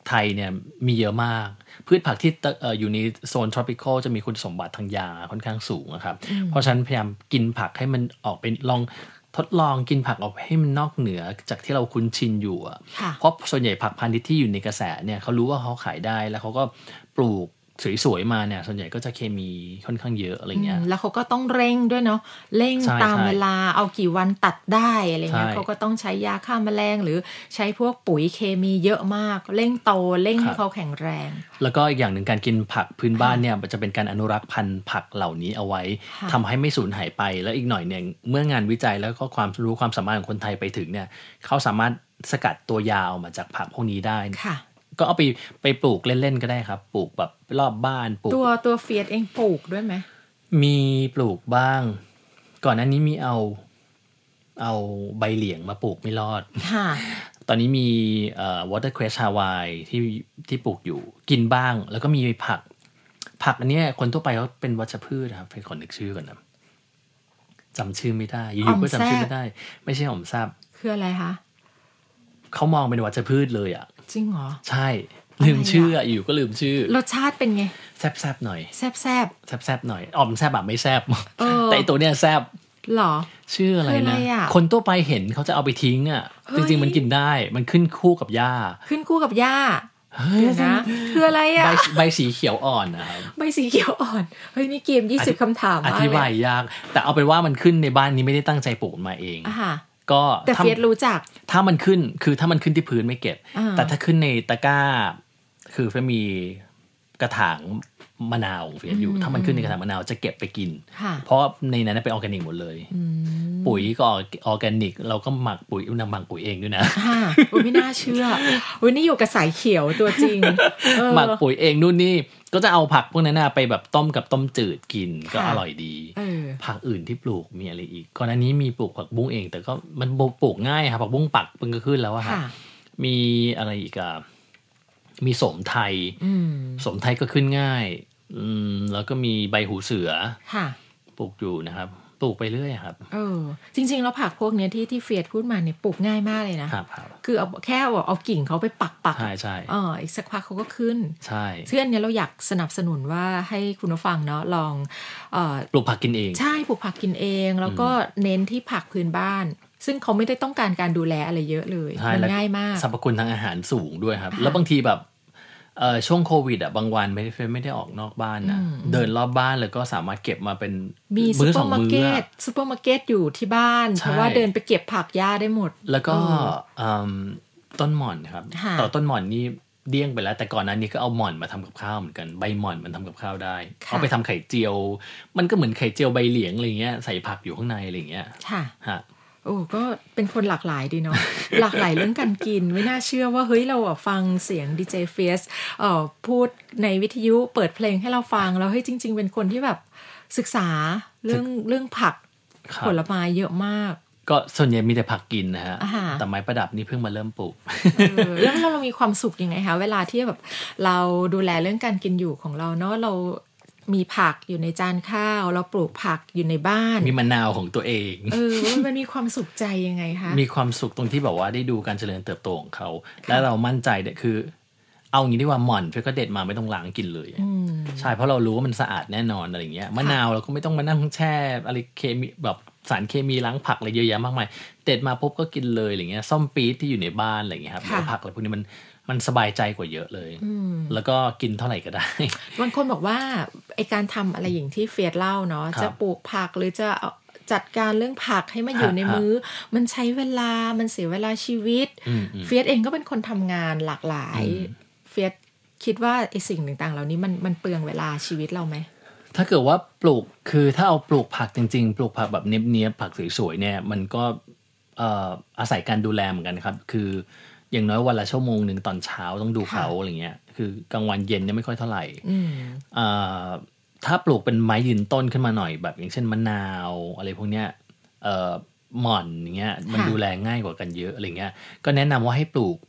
Speaker 2: ไทยเนี่ยมีเยอะมากพืชผักที่อยู่ในโซน tropical จะมีคุณสมบัติทางยาค่อนข้างสูงนะครับเพราะฉะนั้นพยายามกินผักให้มันออกเป็นลองทดลองกินผักออกให้มันนอกเหนือจากที่เราคุ้นชินอยู่อ่ะเพราะส่วนใหญ่ผักพันธุ์ที่อยู่ในกระแสเนี่ยเขารู้ว่าเขาขายได้แล้วเขาก็ปลูกสวยๆมาเนี่ยส่วนใหญ่ก็จะเคมีค่อนข้างเยอะอะไรเงี้ย
Speaker 1: แล้วเขาก็ต้องเร่งด้วยเนาะเร่งตามเวลาเอากี่วันตัดได้อะไรเงี้ยเขาก็ต้องใช้ยาฆ่าแมลงหรือใช้พวกปุ๋ยเคมีเยอะมากเร่งโตเร่งให้เขาแข็งแรง
Speaker 2: แล้วก็อีกอย่างหนึ่งการกินผักพื้นบ้านเนี่ยมันจะเป็นการอนุรักษ์พันธุ์ผักเหล่านี้เอาไว้ทำให้ไม่สูญหายไปแล้วอีกหน่อยเนี่ยเมื่องานวิจัยแล้วก็ความรู้ความสามารถของคนไทยไปถึงเนี่ยเขาสามารถสกัดตัวยาออกมาจากผักพวกนี้ได้ก็เอาไปปลูกเล่นๆก็ได้ครับปลูกแบบรอบบ้านปลูก
Speaker 1: ตัวเฟียสเองปลูกด้วยไหม
Speaker 2: มีปลูกบ้างก่อนหน้านี้มีเอาใบเหลียงมาปลูกไม่รอดตอนนี้มีwatercress Hawaii ที่ปลูกอยู่กินบ้างแล้วก็มีผักอันนี้คนทั่วไปเขาเป็นวัชพืชครับไปขอนึกชื่อก่อนนะจำชื่อไม่ได้อยู่ๆก็จำชื่อไม่ได้ไม่ใช่หอมแซ่บ
Speaker 1: คืออะไรคะ
Speaker 2: เขามองเป็นวัชพืชเลยอ่ะ
Speaker 1: จริงเหรอ
Speaker 2: ใช่ลืมชื่ออ่ะอยู่ก็ลืมชื่อ
Speaker 1: รสชาติเป็นไง
Speaker 2: แซ่บๆหน่อย
Speaker 1: แซ่บ
Speaker 2: หน่อยอ่อมแซ่บแบบไม่แซ่บแต่ตัวเนี้ยแซ่บ
Speaker 1: หรอ
Speaker 2: ชื่ออะไรนะคนทั่วไปเห็นเขาจะเอาไปทิ้งอ่ะจริงๆมันกินได้มันขึ้นคู่กับหญ้าเดี๋ยวนะ
Speaker 1: คืออะไรอ่ะ
Speaker 2: ใบสีเขียวอ่อนนะครับ
Speaker 1: ใบสีเขียวอ่อนเฮ้ยนี่เกม20คำถาม
Speaker 2: อธิบายยากแต่เอาเป็นว่ามันขึ้นในบ้านนี้ไม่ได้ตั้งใจปลูกมาเองก็
Speaker 1: แต่เฟียสรู้จัก
Speaker 2: ถ้ามันขึ้นที่พื้นไม่เก็บแต่ถ้าขึ้นในตะกร้าคือเฟียมีกระถางมะนาวเฟียอยู่ถ้ามันขึ้นในกระถางมะนาวจะเก็บไปกินเพราะในนั้นเป็นออร์แกนิกหมดเลยปุ๋ยก็ออร์แกนิกเราก็หมักปุ๋ยนำหมักปุ๋ยเองด้วยนะ
Speaker 1: ไม่น่าเชื่อวันนี้อยู่กับสายเขียวตัวจริง
Speaker 2: หมักปุ๋ยเองนู่นนี่ก็จะเอาผักพวกนั้นไปแบบต้มกับต้มจืดกินก็อร่อยดีผักอื่นที่ปลูกมีอะไรอีกก่อนหน้านี้มีปลูกผักบุ้งเองแต่ก็มันปลูกง่ายครับผักบุ้งปักเพิ่งก็ขึ้นแล้วอะครับมีอะไรอีกมีสมไทยก็ขึ้นง่ายแล้วก็มีใบหูเสือปลูกอยู่นะครับปลูกไปเรื่อยครับ
Speaker 1: จริงๆแล้วผักพวกนี้ที่เฟียสพูดมาเนี่ยปลูกง่ายมากเลยนะคือเอาแค่เอากิ่งเขาไปปัก
Speaker 2: ใช่
Speaker 1: อีกสักพักเขาก็ขึ้น
Speaker 2: ใช่
Speaker 1: ซึ่งอันนี้เราอยากสนับสนุนว่าให้คุณผู้ฟังเนาะลอง
Speaker 2: ปลูกผักกินเอง
Speaker 1: ใช่ปลูกผักกินเองแล้วก็เน้นที่ผักพื้นบ้านซึ่งเขาไม่ได้ต้องการดูแลอะไรเยอะเลยมันง่ายมาก
Speaker 2: สรรพคุณทางอาหารสูงด้วยครับแล้วบางทีแบบช่วงโควิดบางวันไม่ได้ออกนอกบ้านนะเดินรอบบ้านแล้วก็สามารถเก็บมาเป็น
Speaker 1: มื้อ2 มื้อซุปเปอร์มาร์เก็ตอยู่ที่บ้านเพราะว่าเดินไปเก็บผักหญ้าได้หมด
Speaker 2: แล้วก็ต้นหม่อนครับต่อต้นหม่อนนี่เดี้ยงไปแล้วแต่ก่อนนั้นนี่ก็เอาหม่อนมาทำกับข้าวเหมือนกันใบหม่อนมันทำกับข้าวได้เอาไปทำไข่เจียวมันก็เหมือนไข่เจียวใบเหลียงอะไรเงี้ยใส่ผักอยู่ข้างในอะไรเงี้ย
Speaker 1: ค่ะโอ้ก็เป็นคนหลากหลายดีเนาะ หลากหลายเรื่องการกินไม่น่าเชื่อว่าเฮ้ยเราฟังเสียงดีเจเฟียสพูดในวิทยุเปิดเพลงให้เราฟังแล้วเฮ้ยจริงๆเป็นคนที่แบบศึกษาเรื่องผักผลไม้เยอะมาก
Speaker 2: ก็ส่วนใหญ่มีแต่ผักกินนะฮะแต่ไม้ประดับนี่เพิ่งมาเริ่มปลูก
Speaker 1: แล้วเรามีความสุขยังไงคะเวลาที่แบบเราดูแลเรื่องการกินอยู่ของเราเนาะเรามีผักอยู่ในจานข้าวเราปลูกผักอยู่ในบ้าน
Speaker 2: มีมะนาวของตัวเอง
Speaker 1: มันมีความสุขใจยังไงคะ
Speaker 2: มีความสุขตรงที่แบบว่าได้ดูการเจริญเติบโตของเขาและเรามั่นใจเนี่ยคือเอางี้ดีกว่าหม่อนเพื่อก็เด็ดมาไม่ต้องล้างกินเลยใช่เพราะเรารู้ว่ามันสะอาดแน่นอนอะไรอย่างเงี้ยมะนาวเราก็ไม่ต้องมานั่งแช่อะไรเคมีแบบสารเคมีล้างผักอะไรเยอะแยะมากมายเด็ดมาปุ๊บก็กินเลยอะไรเงี้ยส้มปี๊ดที่อยู่ในบ้านอะไรเงี้ยครับผักอะไรพวกนี้มันสบายใจกว่าเยอะเลยแล้วก็กินเท่าไหร่ก็ได้
Speaker 1: บางคนบอกว่าไอการทำอะไรอย่างที่เฟียสเล่าเนาะจะปลูกผักหรือจะจัดการเรื่องผักให้มาอยู่ในมื้อมันใช้เวลามันเสียเวลาชีวิตเฟียสเองก็เป็นคนทำงานหลากหลายเฟียสคิดว่าไอสิ่งต่างๆเหล่านี้มันเปลืองเวลาชีวิตเราไหม
Speaker 2: ถ้าเกิดว่าปลูกคือถ้าเอาปลูกผักจริงๆปลูกผักแบบเนี้ยผักสวยๆเนี่ยมันก็อาศัยการดูแลเหมือนกันครับคืออย่างน้อยวันละชั่วโมงนึงตอนเช้าต้องดูเขาอะไรเงี้ยคือกลางวันเย็นเนี่ยไม่ค่อยเท่าไหร่ถ้าปลูกเป็นไม้ยืนต้นขึ้นมาหน่อยแบบอย่างเช่นมะนาวอะไรพวกเนี้ยหม่อนอย่างเงี้ยมันดูแลง่ายกว่ากันเยอะอะไรเงี้ยก็แนะนำว่าให้ปลูก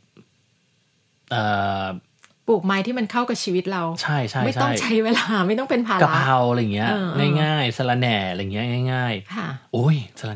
Speaker 1: ไม้ที่มันเข้ากับชีวิตเรา
Speaker 2: ใช่ๆๆ
Speaker 1: ไม่ต้องใช้เวลาไม่ต้องเป็นภาระ
Speaker 2: กะเพราอะไรเงี้ยง่ายๆสะระแหน่อะไรเงี้ยง่ายๆโอ้ยสะระแหน่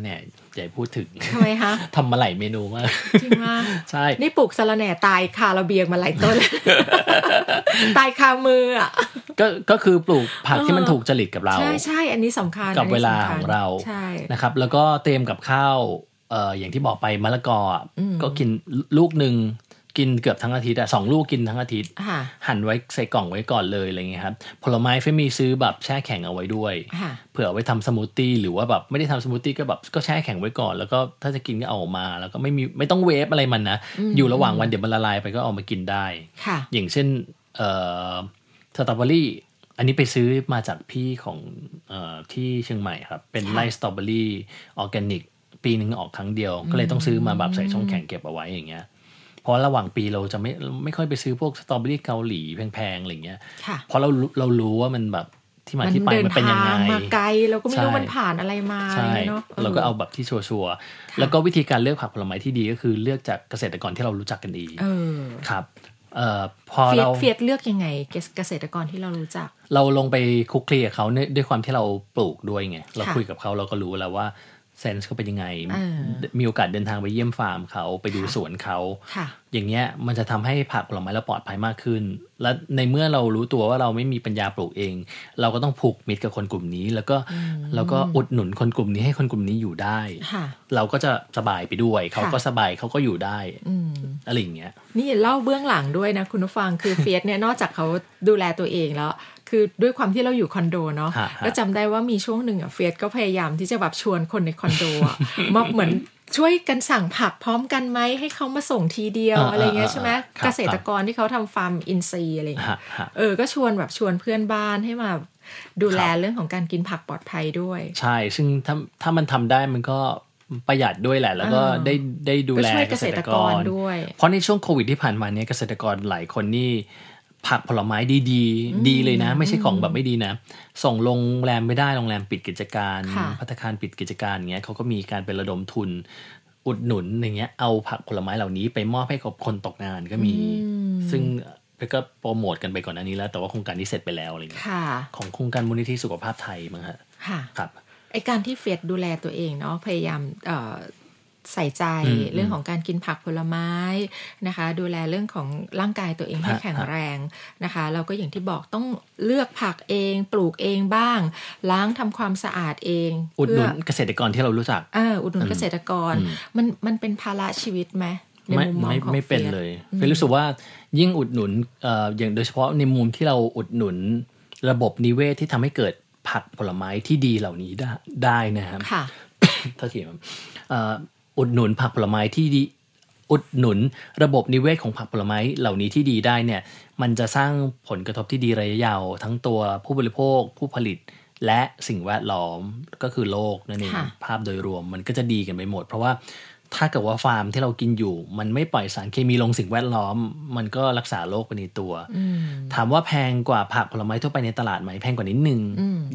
Speaker 2: อย่าพูดถึง
Speaker 1: ทำไมคะ
Speaker 2: ทำมาหลายเมนูมาก
Speaker 1: จริงมาก
Speaker 2: ใช่
Speaker 1: นี่ปลูกสะระแหน่ตายคาระเบียงมาหลายต้น ตายคามืออ่ะ
Speaker 2: ก็คือปลูกผักที่มันถูกจริตกับเรา
Speaker 1: ใช่ๆอันนี้สำคัญ
Speaker 2: กับเวลาของเรานะครับแล้วก็เตรียมกับข้าวอย่างที่บอกไปมะละกอก็กินลูกนึงกินเกือบทั้งอาทิตย์2 ลูกกินทั้งอาทิตย์หั่นไว้ใส่กล่องไว้ก่อนเลยอะไรเงี้ยครับผลไม้เฟมีซื้อแบบแช่แข็งเอาไว้ด้วยเผื่อเอาไว้ทำสมูทตี้หรือว่าแบบไม่ได้ทำสมูทตี้ก็แบบก็แช่แข็งไว้ก่อนแล้วก็ถ้าจะกินก็เอาออกมาแล้วก็ไม่ต้องเวฟอะไรมันนะอยู่ระหว่างวันเดี๋ยวมันละลายไปก็เอามากินได้อย่างเช่นสตรอเบอรี่อันนี้ไปซื้อมาจากพี่ของที่เชียงใหม่ครับเป็นไร่สตรอเบอรี่ออร์แกนิกปีนึงออกครั้งเดียวก็เลยต้องซื้อมาแบบใส่ช่องแข็งเก็บเอาไว้อย่างเงี้ยเพราะระหว่างปีเราจะไม่ค่อยไปซื้อพวกสตรอเบอรี่เกาหลีแพงๆอะไรเงี้ยเพราะเรารู้ว่ามันแบบที่มาที่ไปมันเป็นยังไง
Speaker 1: มาไกลเราก็ไม่รู้มันผ่านอะไรมาเนาะ
Speaker 2: เราก็เอาแบบที่ชัวร์ๆแล้วก็วิธีการเลือกผักผลไม้ที่ดีก็คือเลือกจากเกษตรกรที่เรารู้จักกันดีครับพอเรา
Speaker 1: เฟียดเลือกยังไงเกษตรกรที่เรารู้จัก
Speaker 2: เราลงไปคุกคลีกับเขาด้วยความที่เราปลูกด้วยไงเราคุยกับเขาเราก็รู้แล้วว่าเซนส์เขาเป็นยังไงมีโอกาสเดินทางไปเยี่ยมฟาร์มเขาไปดูสวนเขาอย่างเงี้ยมันจะทำให้ผักผลไม้เราปลอดภัยมากขึ้นและในเมื่อเรารู้ตัวว่าเราไม่มีปัญญาปลูกเองเราก็ต้องผูกมิตรกับคนกลุ่มนี้แล้วก็อุดหนุนคนกลุ่มนี้ให้คนกลุ่มนี้อยู่ได้เราก็จะสบายไปด้วยเขาก็สบายเขาก็อยู่ได้อะไรอย่างเงี้ย
Speaker 1: นี่เล่าเบื้องหลังด้วยนะคุณผู้ฟังคือเฟียสเนี่ยนอกจากเขาดูแลตัวเองแล้วคือด้วยความที่เราอยู่คอนโดเนาะก็จำได้ว่ามีช่วงหนึ่งเฟียสก็พยายามที่จะแบบชวนคนในคอนโดมาเหมือนช่วยกันสั่งผักพร้อมกันไหมให้เขามาส่งทีเดียวอะไรเงี้ยใช่ไหมเกษตรกรที่เขาทำฟาร์มอินทรีย์อะไรเงี้ยก็ชวนเพื่อนบ้านให้มาดูแลเรื่องของการกินผักปลอดภัยด้วย
Speaker 2: ใช่ซึ่งถ้ามันทำได้มันก็ประหยัดด้วยแหละแล้วก็ได้ดูแลเกษตรกร
Speaker 1: ด้วย
Speaker 2: เพราะในช่วงโควิดที่ผ่านมาเนี่ยเกษตรกรหลายคนนี่ผักผลไม้ดีเลยนะไม่ใช่ของแบบไม่ดีนะส่งโรงแรมไม่ได้โรงแรมปิดกิจการภัตตาคารปิดกิจการเงี้ยเขาก็มีการไประดมทุนอุดหนุนอย่างเงี้ยเอาผักผลไม้เหล่านี้ไปมอบให้กับคนตกงานก็มีซึ่งก็โปรโมทกันไปก่อนอันนี้แล้วแต่ว่าโครงการนี้เสร็จไปแล้วอะไรเงี้ยของโครงการมูลนิธิสุขภาพไทยมั้งฮะครับ
Speaker 1: ไอ้การที่เฟียสดูแลตัวเองเนาะพยายามใส่ใจเรื่องของการกินผักผลไม้นะคะดูแลเรื่องของร่างกายตัวเองให้แข็งแรงนะคะเราก็อย่างที่บอกต้องเลือกผักเองปลูกเองบ้างล้างทำความสะอาดเอง
Speaker 2: อุดหนุนเกษตรกรที่เรารู้จัก
Speaker 1: อุดหนุนเกษตรกรมันเป็นภาระชีวิตไหมในมุมมองของ
Speaker 2: ไม่เป็นเลยรู้สึกว่ายิ่งอุดหนุนอย่างโดยเฉพาะในมุมที่เราอุดหนุนระบบนิเวศที่ทำให้เกิดผักผลไม้ที่ดีเหล่านี้ได้นะครับ
Speaker 1: ค่ะ
Speaker 2: ถ้าเทียบอุดหนุนผักผลไม้ที่ดีอุดหนุนระบบนิเวศของผักผลไม้เหล่านี้ที่ดีได้เนี่ยมันจะสร้างผลกระทบที่ดีระยะยาวทั้งตัวผู้บริโภคผู้ผลิตและสิ่งแวดล้อมก็คือโลกนั่นเองภาพโดยรวมมันก็จะดีกันไปหมดเพราะว่าถ้าเกิดว่าฟาร์มที่เรากินอยู่มันไม่ปล่อยสารเคมีลงสิ่งแวดล้อมมันก็รักษาโรคไปในตัวถามว่าแพงกว่าผักผลไม้ทั่วไปในตลาดไหมแพงกว่านิดนึง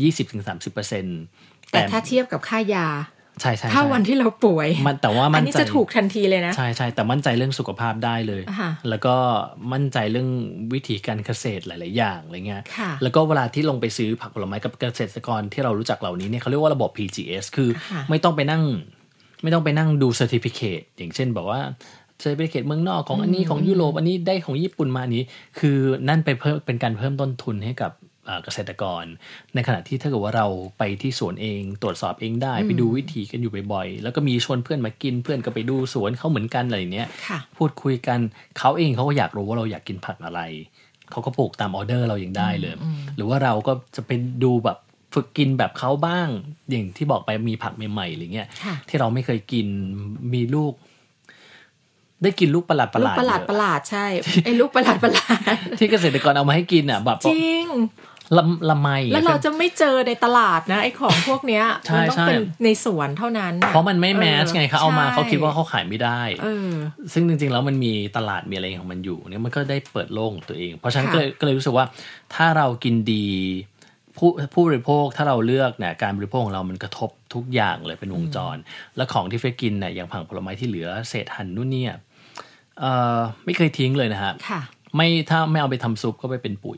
Speaker 2: 20-30%
Speaker 1: แต่ถ้าเทียบกับค่ายา
Speaker 2: ใช่ๆ
Speaker 1: ถ้าวันที่เราป่วย
Speaker 2: แต่ว่า
Speaker 1: อันนี้จะถูกทันทีเลยนะ
Speaker 2: ใช่ๆแต่มั่นใจเรื่องสุขภาพได้เลยแล้วก็มั่นใจเรื่องวิธีการเกษตรหลายๆอย่างอะไรเงี้ยแล้วก็เวลาที่ลงไปซื้อผักผลไม้กับเกษตรกรที่เรารู้จักเหล่านี้เนี่ยเขาเรียกว่าระบบ PGS คือไม่ต้องไปนั่งดู certificate อย่างเช่นบอกว่า certificate เมืองนอกของอันนี้ของยุโรปอันนี้ได้ของญี่ปุ่นมาอันนี้คือนั่นไปเป็นการเพิ่มต้นทุนให้กับเกษตรกรในขณะที่ถ้าเกิดว่าเราไปที่สวนเองตรวจสอบเองได้ไปดูวิธีกันอยู่บ่อยๆแล้วก็มีชวนเพื่อนมากินเพื่อนก็ไปดูสวนเขาเหมือนกันอะไรเนี้ยพูดคุยกันเขาเองเขาก็อยากรู้ว่าเราอยากกินผักอะไรเขาก็ปลูกตามออเดอร์เราอย่างได้เลยหรือว่าเราก็จะไปดูแบบฝึกกินแบบเขาบ้างอย่างที่บอกไปมีผักใหม่ๆอะไรเงี้ยที่เราไม่เคยกินมีลูกได้กินลูกประหลาด
Speaker 1: ลูกประหลาดใช่ไอ้ลูกประหลาด
Speaker 2: ที่เกษตรกรเอามาให้กินอ่ะแบบ
Speaker 1: จริง
Speaker 2: ละไม
Speaker 1: แล้วเราจะไม่เจอในตลาดนะไอ้ของพวกเนี้ยมันต้องเป็นในสวนเท่านั้น
Speaker 2: เพราะมันไม่แมสไงเขาเอามาเขาคิดว่าเขาขายไม่ได้ซึ่งจริงๆแล้วมันมีตลาดมีอะไรของมันอยู่เนี่ยมันก็ได้เปิดโลกตัวเองเพราะฉะนั้นก็เลยรู้สึกว่าถ้าเรากินดีผู้บริโภคถ้าเราเลือกเนี่ยการบริโภคของเรามันกระทบทุกอย่างเลยเป็นวงจรแล้วของที่เฟกินเนี่ยอย่างผักผลไม้ที่เหลือเศษหั่นนู่นเนี่ยไม่เคยทิ้งเลยนะฮะถ้าไม่เอาไปทำซุปก็ไปเป็นปุ๋ย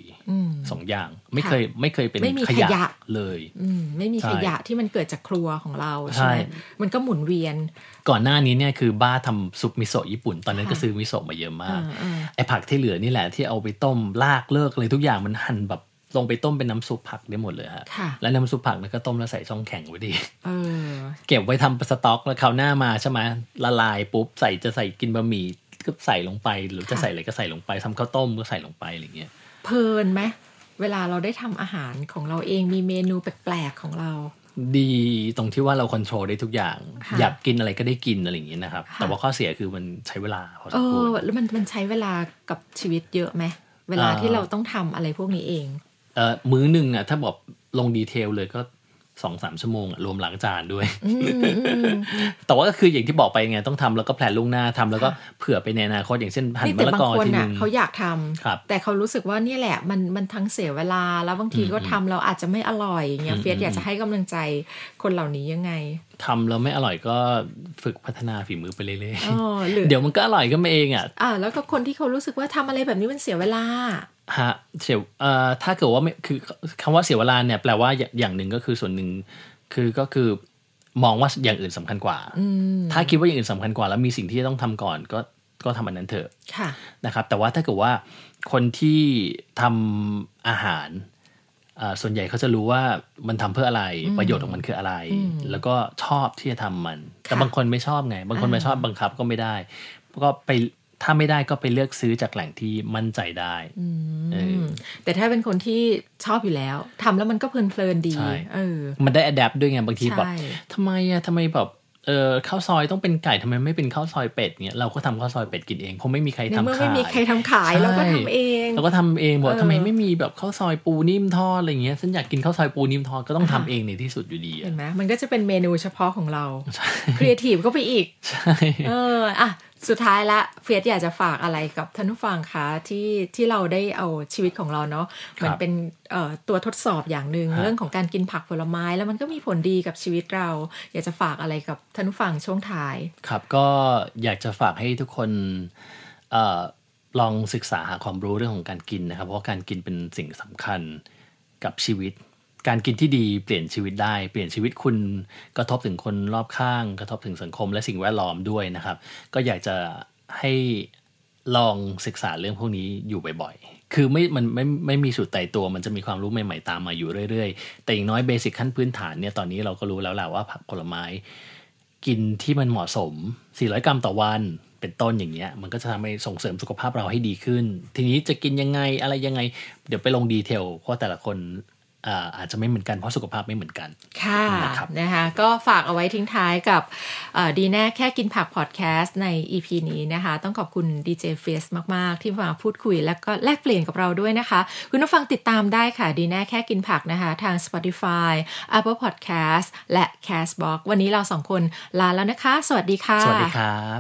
Speaker 2: 2 อย่างไม่เคยเป็นขยะเลย
Speaker 1: ไม่มีขยะที่มันเกิดจากครัวของเราใช่ไหมมันก็หมุนเวียน
Speaker 2: ก่อนหน้านี้เนี่ยคือบ้าทำซุปมิโซะญี่ปุ่นตอนนั้นก็ซื้อมิโซะมาเยอะมากไอ้ผักที่เหลือนี่แหละที่เอาไปต้มลากเลิกเลยทุกอย่างมันหั่นแบบลงไปต้มเป็นน้ำซุปผักได้หมดเลยฮะแล้วน้ำซุปผักนั้นก็ต้มแล้วใส่ช่องแข็งไว้ดีเก็บไว้ทำสต๊อกแล้วคราวหน้ามาใช่ไหมละลายปุ๊บจะใส่กินบะหมี่ก็ใส่ลงไปหรือจะใส่อะไรก็ใส่ลงไปทำข้าวต้มก็ใส่ลงไปอะไรเงี้ย
Speaker 1: เพลินไหมเวลาเราได้ทำอาหารของเราเองมีเมนูแปลกๆของเรา
Speaker 2: ดีตรงที่ว่าเราคอนโทรลได้ทุกอย่างอยากกินอะไรก็ได้กินอะไรอย่างเงี้ยนะครับแต่ว่าข้อเสียคือมันใช้เวลาพอสมควร
Speaker 1: แล้วมันใช้เวลากับชีวิตเยอะไหมเวลาที่เราต้องทำอะไรพวกนี้เอง
Speaker 2: มื้อนึงอ่ะถ้าบอกลงดีเทลเลยก็ 2-3 ชั่วโมงรวมล้างจานด้วยแต่ว่าก็คืออย่างที่บอกไปไงต้องทำแล้วก็แพลนล่วงหน้าทำแล้วก็เผื่อไปในอนาคตอย่างเช่นหั่นมะละกอทีนึง
Speaker 1: เขาอยากทำแต่เขารู้สึกว่านี่แหละมันทั้งเสียเวลาแล้วบางทีก็ทำเราอาจจะไม่อร่อยอย่างเงี้ยเฟียสอยากจะให้กำลังใจคนเหล่านี้ยังไง
Speaker 2: ทำแล้วไม่อร่อยก็ฝึกพัฒนาฝีมือไปเรื่อยๆเดี๋ยวมันก็อร่อยก็มาเองอ่ะ
Speaker 1: แล้วก็คนที่เขารู้สึกว่าทำอะไรแบบนี้มันเสียเวลา
Speaker 2: ฮะถ้าเกิดว่าคือคำว่าเสียเวลาเนี่ยแปลว่าอย่างหนึ่งก็คือส่วนหนึ่งก็คือมองว่าอย่างอื่นสำคัญกว่าถ้าคิดว่าอย่างอื่นสำคัญกว่าแล้วมีสิ่งที่ต้องทำก่อนก็ทำอันนั้นเถอะนะครับแต่ว่าถ้าเกิดว่าคนที่ทำอาหารส่วนใหญ่เขาจะรู้ว่ามันทำเพื่ออะไรประโยชน์ของมันคืออะไรแล้วก็ชอบที่จะทำมันแต่บางคนไม่ชอบไงบางคนไม่ชอบบังคับก็ไม่ได้ก็ไปถ้าไม่ได้ก็ไปเลือกซื้อจากแหล่งที่มั่นใจได้
Speaker 1: แต่ถ้าเป็นคนที่ชอบอยู่แล้วทำแล้วมันก็เพลินๆดี
Speaker 2: มันได้ adapt ด้วยไงบางทีแบบทำไมแบบข้าวซอยต้องเป็นไก่ทำไมไม่เป็นข้าวซอยเป็ดเงี้ยเราก็ทำข้าวซอยเป็ดกินเองคงไม่มีใครทำขาย
Speaker 1: ไม่มีใครทำขายเราก็ทำเอง
Speaker 2: บอกทำไมไม่มีแบบข้าวซอยปูนิ่มทอดอะไรเงี้ยฉันอยากกินข้าวซอยปูนิ่มทอดก็ต้องทำเองในที่สุดอยู่ดี
Speaker 1: เห็นไหมมันก็จะเป็นเมนูเฉพาะของเราครีเอทีฟก็ไปอีก
Speaker 2: ใช่
Speaker 1: สุดท้ายละเฟียสอยากจะฝากอะไรกับท่านผู้ฟังคะที่เราได้เอาชีวิตของเราเนาะเหมือนเป็นตัวทดสอบอย่างนึงเรื่องของการกินผักผลไม้แล้วมันก็มีผลดีกับชีวิตเราอยากจะฝากอะไรกับท่านผู้ฟังช่วงท้าย
Speaker 2: ครับก็อยากจะฝากให้ทุกคนลองศึกษาหาความรู้เรื่องของการกินนะครับเพราะการกินเป็นสิ่งสำคัญกับชีวิตการกินที่ดีเปลี่ยนชีวิตได้เปลี่ยนชีวิตคุณกระทบถึงคนรอบข้างกระทบถึงสังคมและสิ่งแวดล้อมด้วยนะครับก็อยากจะให้ลองศึกษาเรื่องพวกนี้อยู่บ่อยๆคือมันไม่มีสูตรตายตัวมันจะมีความรู้ใหม่ๆตามมาอยู่เรื่อยๆแต่อย่างน้อยเบสิกขั้นพื้นฐานเนี่ยตอนนี้เราก็รู้แล้วแหละว่าผักผลไม้กินที่มันเหมาะสม400 กรัมต่อวันเป็นต้นอย่างเงี้ยมันก็จะทำให้ส่งเสริมสุขภาพเราให้ดีขึ้นทีนี้จะกินยังไงอะไรยังไงเดี๋ยวไปลงดีเทลเพราะแต่ละคนอาจจะไม่เหมือนกันเพราะสุขภาพไม่เหมือนกัน
Speaker 1: ค่ะนะคะก็ฝากเอาไว้ทิ้งท้ายกับดีแน่แค่กินผักพอดแคสต์ใน EP นี้นะคะต้องขอบคุณดีเจเฟสมากๆที่มาพูดคุยและก็แลกเปลี่ยนกับเราด้วยนะคะคุณผู้ฟังติดตามได้ค่ะดีแน่แค่กินผักนะคะทาง Spotify Apple Podcast และ Castbox วันนี้เรา2คนลาแล้วนะคะสวัสดีค่ะ
Speaker 2: สวัสดีครับ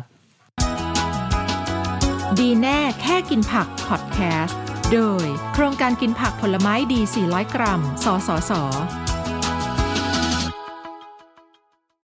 Speaker 1: ดีแน่แค่กินผักพอดแคสต์โดยโครงการกินผักผลไม้ดี400 กรัมสสส